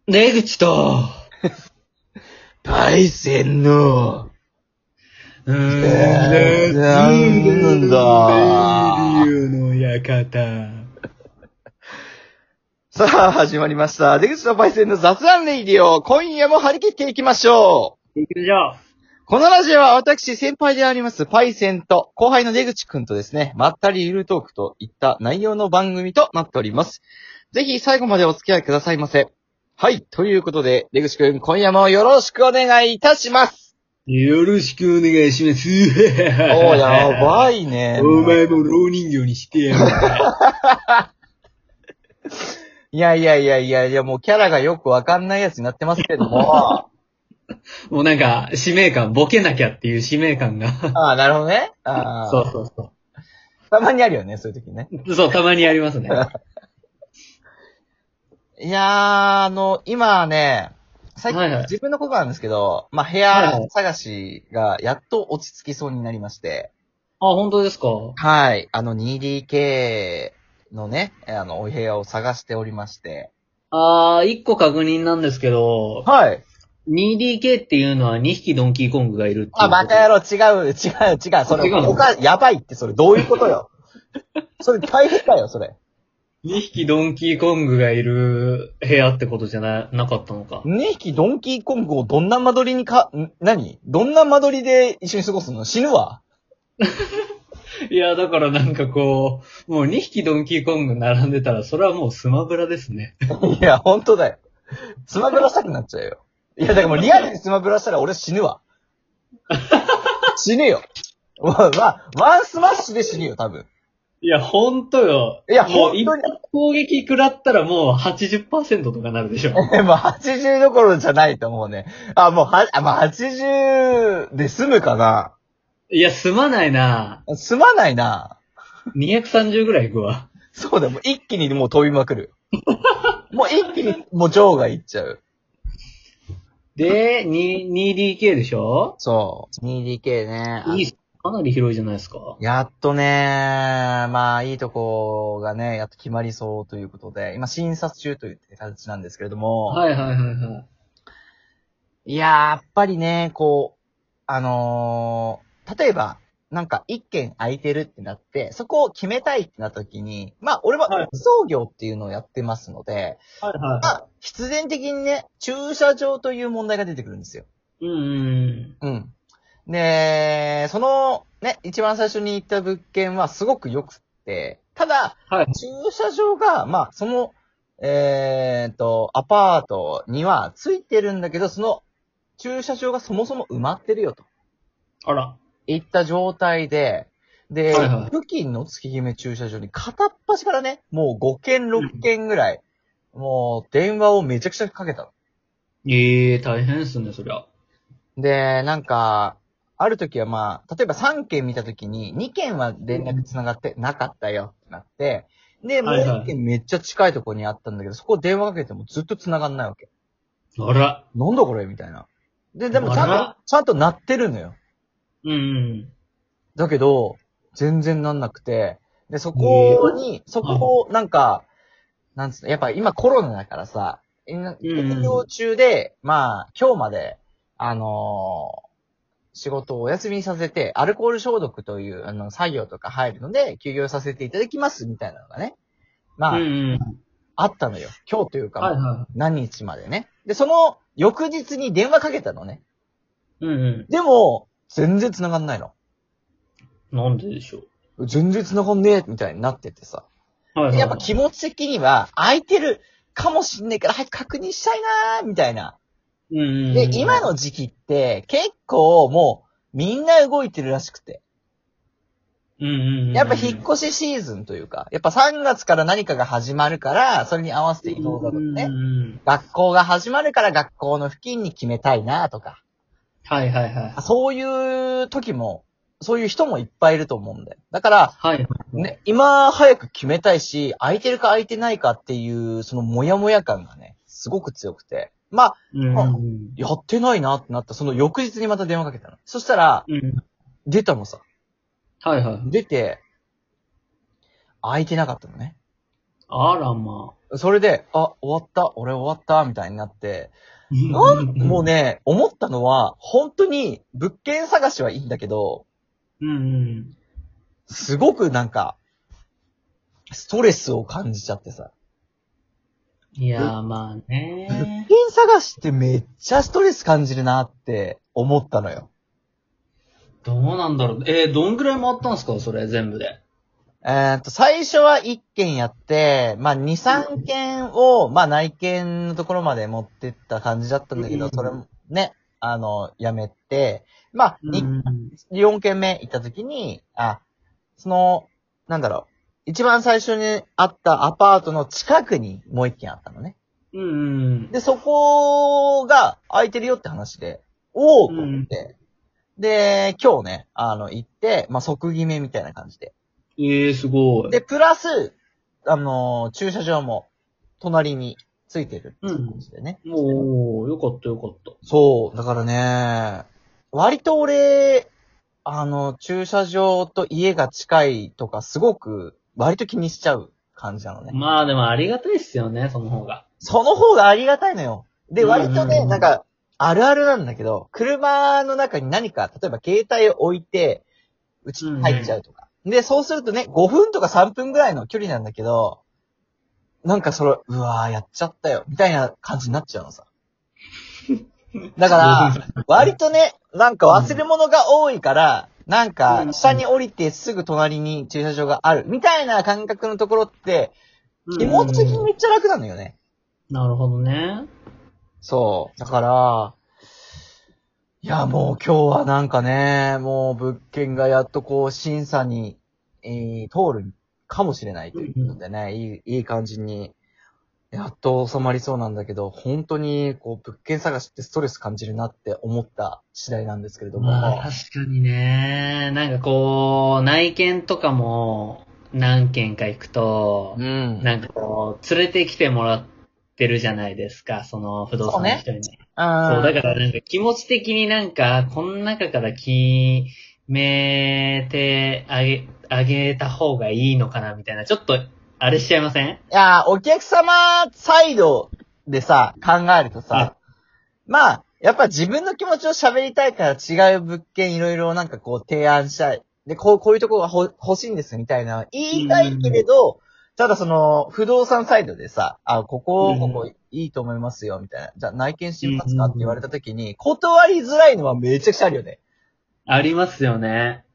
出口と、 パイセンの、 なんなんだレイディオの館。 さあ、始まりました。出口とパイセンの雑談レイディオ。今夜も張り切っていきましょう。 行きましょこのラジオは私、先輩でありますパイセンと、後輩の出口くんとですね、まったりゆるトークといった内容の番組となっております。ぜひ最後までお付き合いくださいませ。はい、ということで、出口くん、今夜もよろしくお願いいたします。 う。よろしくお願いします。 おー、やばいね。 お前も老人形にしてやるんだ。 いや、もうキャラがよくわかんないやつになってますけども。 もうなんか、使命感、ボケなきゃっていう使命感が。 ああ、なるほどね。ああ。 そうそうそたまにあるよね、そういう時ね。 う。そう、たまにありますね。 いやー、今ね、最近、 はいはい自分のことなんですけど、部はい屋はい探しがやっと落ち着きそうになりまして、 あ、本当ですか？ はい、2DK のね、お部屋を探しておりまして、 一個確認なんですけど、 はい。 2DK っていうのは2匹ドンキーコングがいるっていうこと。 あ、バカ野郎、違う。それ、 違うのやばいって、それ、どういうことよ。それ、大変かよ、それ。 2匹ドンキーコングがいる部屋ってことじゃなかったのか。 2匹ドンキーコングをどんな間取りにどんな間取りで一緒に過ごすの？死ぬわ。 いや、だからなんかこう、もう2匹ドンキーコング並んでたら、それはもうスマブラですね。 いや、ほんとだよ。スマブラしたくなっちゃうよ。いや、だからもうリアルにスマブラしたら俺死ぬわ。死ぬよ。ワンスマッシュで死ぬよ、多分。 いや、ほんとよ。 いやもうほんとに一発攻撃食らったらもう 80% とかなるでしょ。 もう80どころじゃないと思うね。もう80で済むかな？ いや、すまないな。 済まないな。 230ぐらいいくわ。 そうだよ、もう一気にもう飛びまくる。もう一気にもう場外行っちゃう。 で、2DK でしょ？ そう。2DK ね。 いい、かなり広いじゃないですか。 やっとね、いいとこがね、やっと決まりそうということで、今診察中という形なんですけれども、 はいはいはいはい。 やっぱりね、例えば、なんか一軒空いてるってなって、そこを決めたいってなった時に、俺ははい運送業っていうのをやってますので、 はいは必然的にね、駐車場という問題が出てくるんですよ。 い。うん。 うん。で、そのね、一番最初に行った物件はすごく良くて、ただ、 はい。 駐車場が、その、アパートにはついてるんだけど、その駐車場がそもそも埋まってるよとあら。 いった状態で、で、 はいはい付近の月姫駐車場に片っ端からね、もう5件6件ぐらい、もう電話をめちゃくちゃかけたの。 ええ大変っすね、そりゃ。 で、なんか、ある時は例えば3件見た時に2件は連絡繋がってなかったよってなって、で、もうはいはい 1件めっちゃ近いところにあったんだけど、そこ電話かけてもずっと繋がんないわけ。 あら。 なんだこれみたいな。でもあらちゃんと鳴ってるのよ。 うん。 だけど、全然なんなくて、で、そこをなんつうの、やっぱ今コロナだからさ、営業中で、今日まで、仕事をお休みにさせて、アルコール消毒という、作業とか入るので、休業させていただきます、みたいなのがね。 うん。 あったのよ。今日というか、 はいは何日までね。で、その翌日に電話かけたのね。 い。うんでも、全然繋がんないの。 なんででしょ全然繋がんねえ、みたいになっててさ。 う。はいはい。 やっぱ気持ち的には、空いてるかもしんねえから早く確認したいなー、みたいな。で、今の時期って、結構もう、みんな動いてるらしくて。やっぱ引っ越しシーズンというか、やっぱ3月から何かが始まるから、それに合わせて移動だとかね。学校が始まるから学校の付近に決めたいなとか。 はいはいはい。 そういう時も、そういう人もいっぱいいると思うんだよ。だから、 はい。 ね、今早く決めたいし、空いてるか空いてないかっていう、そのモヤモヤ感がね、すごく強くて。やってないなってなった、その翌日にまた電話かけたの。そしたら、出たのさ。 はいはい。 出て、空いてなかったのね。 あらまそれで、あ、終わった、俺終わった、みたいになって、もうね、思ったのは、本当に物件探しはいいんだけど、 うん。 すごくなんか、ストレスを感じちゃってさ。 いやー、まあ物ね。 件探しってめっちゃストレス感じるなって思ったのよ。 どうなんだろう。どんぐらい回ったんすかそれ、全部で。 最初は1軒やって、まあ、2、3軒を、まあ、内見のところまで持ってった感じだったんだけど、それもね、やめて、まあ、 うん。 4軒目行った時に、なんだろう、一番最初にあったアパートの近くにもう1軒あったのね。 うん。 で、そこが空いてるよって話で、おーと思って、で、今日ね、行って、まあ、即決めみたいな感じで。 すごい。 で、プラス、駐車場も、隣についてるっていう感じでね。 おー、よかったよかった。 そう、だからね、割と俺、駐車場と家が近いとか、すごく、割と気にしちゃう感じなのね。 まあでもありがたいっすよね、その方が。 その方がありがたいのよ。で、割とね、 うんうんうんなんか、あるあるなんだけど、車の中に何か、例えば携帯を置いて、うちに入っちゃうとか。で、そうするとね、5分とか3分ぐらいの距離なんだけど、なんかうわーやっちゃったよ、みたいな感じになっちゃうのさ。だから、割とね、なんか忘れ物が多いから、なんか、下に降りてすぐ隣に駐車場がある、みたいな感覚のところって、気持ち的にめっちゃ楽なのよね。 なるほどね。 そう。だから、いや、もう今日はなんかね、もう物件がやっとこう審査に、通るかもしれないということでね、いい感じに、やっと収まりそうなんだけど、本当にこう物件探しってストレス感じるなって思った次第なんですけれども。 まあ確かにね。なんかこう、内見とかも何軒か行くと、なんかこう、連れてきてもらってるじゃないですか、その不動産の人にね。そう、だからなんか気持ち的になんか、この中から決めてあげた方がいいのかな、みたいな。ちょっと、あれしちゃいません？ いや、お客様サイドでさ、考えるとさ、まあ、やっぱ自分の気持ちを喋りたいから違う物件いろいろなんかこう提案したい。で、こういうところが欲しいんですみたいな言いたいけれど、ただその、不動産サイドでさ、ここいいと思いますよ、みたいな。じゃあ内見してみますかって言われた時に、断りづらいのはめちゃくちゃあるよね。 ありますよね。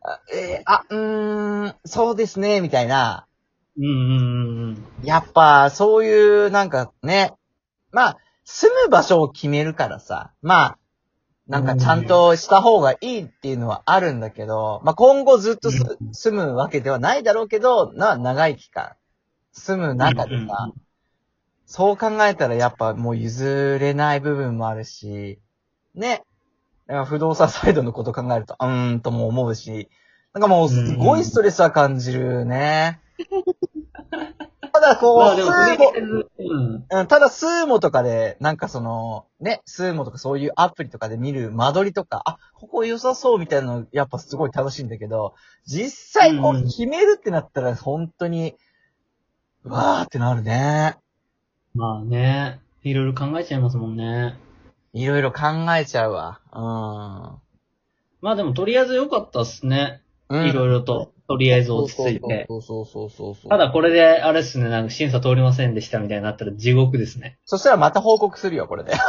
そうですね、みたいな。 うん。 やっぱ、そういう、なんかね、まあ、住む場所を決めるからさ、まあ、なんかちゃんとした方がいいっていうのはあるんだけど、まあ今後ずっと住むわけではないだろうけど、長い期間、住む中でさ、そう考えたらやっぱもう譲れない部分もあるし、ね、不動産サイドのこと考えると、とも思うし、なんかもうすごいストレスは感じるね。ただこう、 まあでもただスーモとかで、なんかその、ね、スーモとかそういうアプリとかで見る間取りとか、ここ良さそうみたいなの、やっぱすごい楽しいんだけど、実際こう決めるってなったら本当に、うわーってなるね。 まあね、いろいろ考えちゃいますもんね。 いろいろ考えちゃうわ。 まあでもとりあえず良かったっすね。いろいろと、とりあえず落ち着いて。 そう。 ただこれで、あれっすね、なんか審査通りませんでしたみたいになったら地獄ですね。 そしたらまた報告するよ、これで。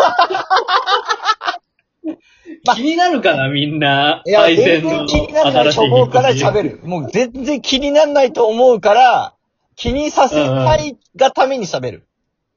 気になるかな、みんな。 いや、全然気にならないと思うから喋る。もう全然気にならないと思うから、気にさせたいがために喋る。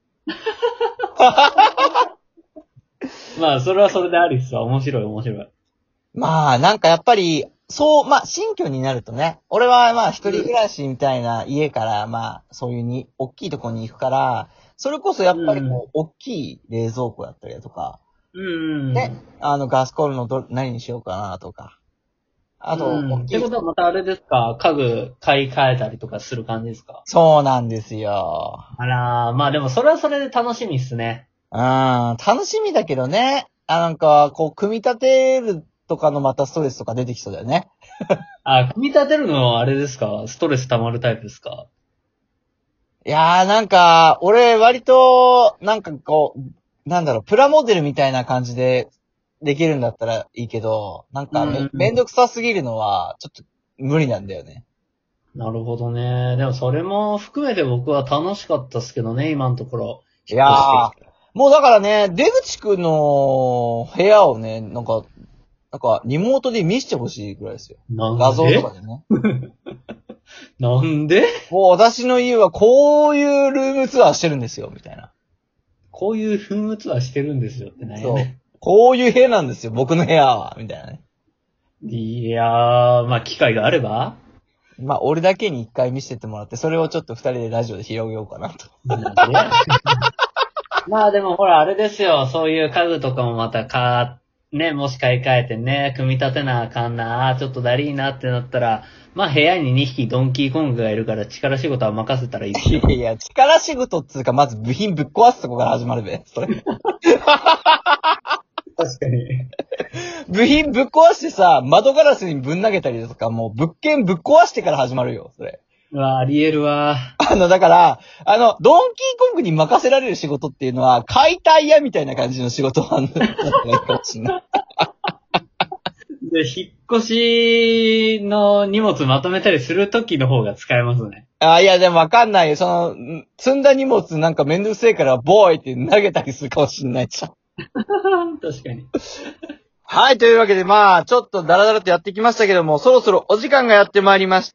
まあ、それはそれでありっすわ。面白い。 まあ、なんかやっぱり、新居になるとね、俺はまあ一人暮らしみたいな家から、まあ、そういう大きいところに行くから、それこそやっぱりこう、大きい冷蔵庫だったりだとか、ね、ガスコンロ何にしようかなとか。あと、 ってことはまたあれですか、家具買い替えたりとかする感じですか？ そうなんですよ。 あら、まあでもそれはそれで楽しみっすね。 楽しみだけどね。なんか、こう、組み立てるとかのまたストレスとか出てきそうだよね。 組み立てるのはあれですか？ストレス溜まるタイプですか？ いやーなんか、俺割と、なんかこう、なんだろう、プラモデルみたいな感じでできるんだったらいいけど、なんかめんどくさすぎるのは、ちょっと無理なんだよね。 なるほどね。でもそれも含めて僕は楽しかったっすけどね、今のところ。 いやー、もうだからね、出口くんの部屋をね、なんかリモートで見せてほしいぐらいですよ。画像とかでね。 なんでもう私の家はこういうルームツアーしてるんですよ、みたいな。 こういうルームツアーしてるんですよってね。 そう。こういう部屋なんですよ、僕の部屋は、みたいなね。 いやー、まあ機会があればまあ、俺だけに一回見せてもらって、それをちょっと二人でラジオで広げようかなと。 まあでもほらあれですよ、そういう家具とかもまたね、もし買い替えてね、組み立てなあかんな、ちょっとだりーなってなったら、まあ部屋に2匹ドンキーコングがいるから力仕事は任せたらいいですよ。 いや、力仕事っつうか、まず部品ぶっ壊すとこから始まるべ。それ。 確かに。 部品ぶっ壊してさ、窓ガラスにぶん投げたりだとか、もう物件ぶっ壊してから始まるよ、それ。 うわ、ありえるわ。 だから、ドンキーコングに任せられる仕事っていうのは、解体屋みたいな感じの仕事なんだかもしんない。 で、引っ越しの荷物まとめたりするときの方が使えますね。 いや、でもわかんないよ。積んだ荷物なんかめんどくせえから、ボーイって投げたりするかもしんないじゃん。 確かに。 はい、というわけでまあ、ちょっとダラダラとやってきましたけども、そろそろお時間がやってまいりました。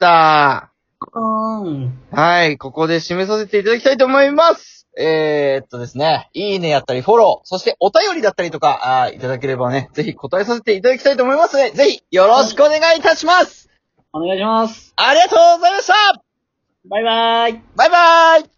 はい、ここで締めさせていただきたいと思います。ですね、いいねやったりフォロー、そしてお便りだったりとか、いただければね、ぜひ答えさせていただきたいと思いますので、ぜひよろしくお願いいたします。 お願いします。 ありがとうございました。 バイバーイ。 バイバーイ。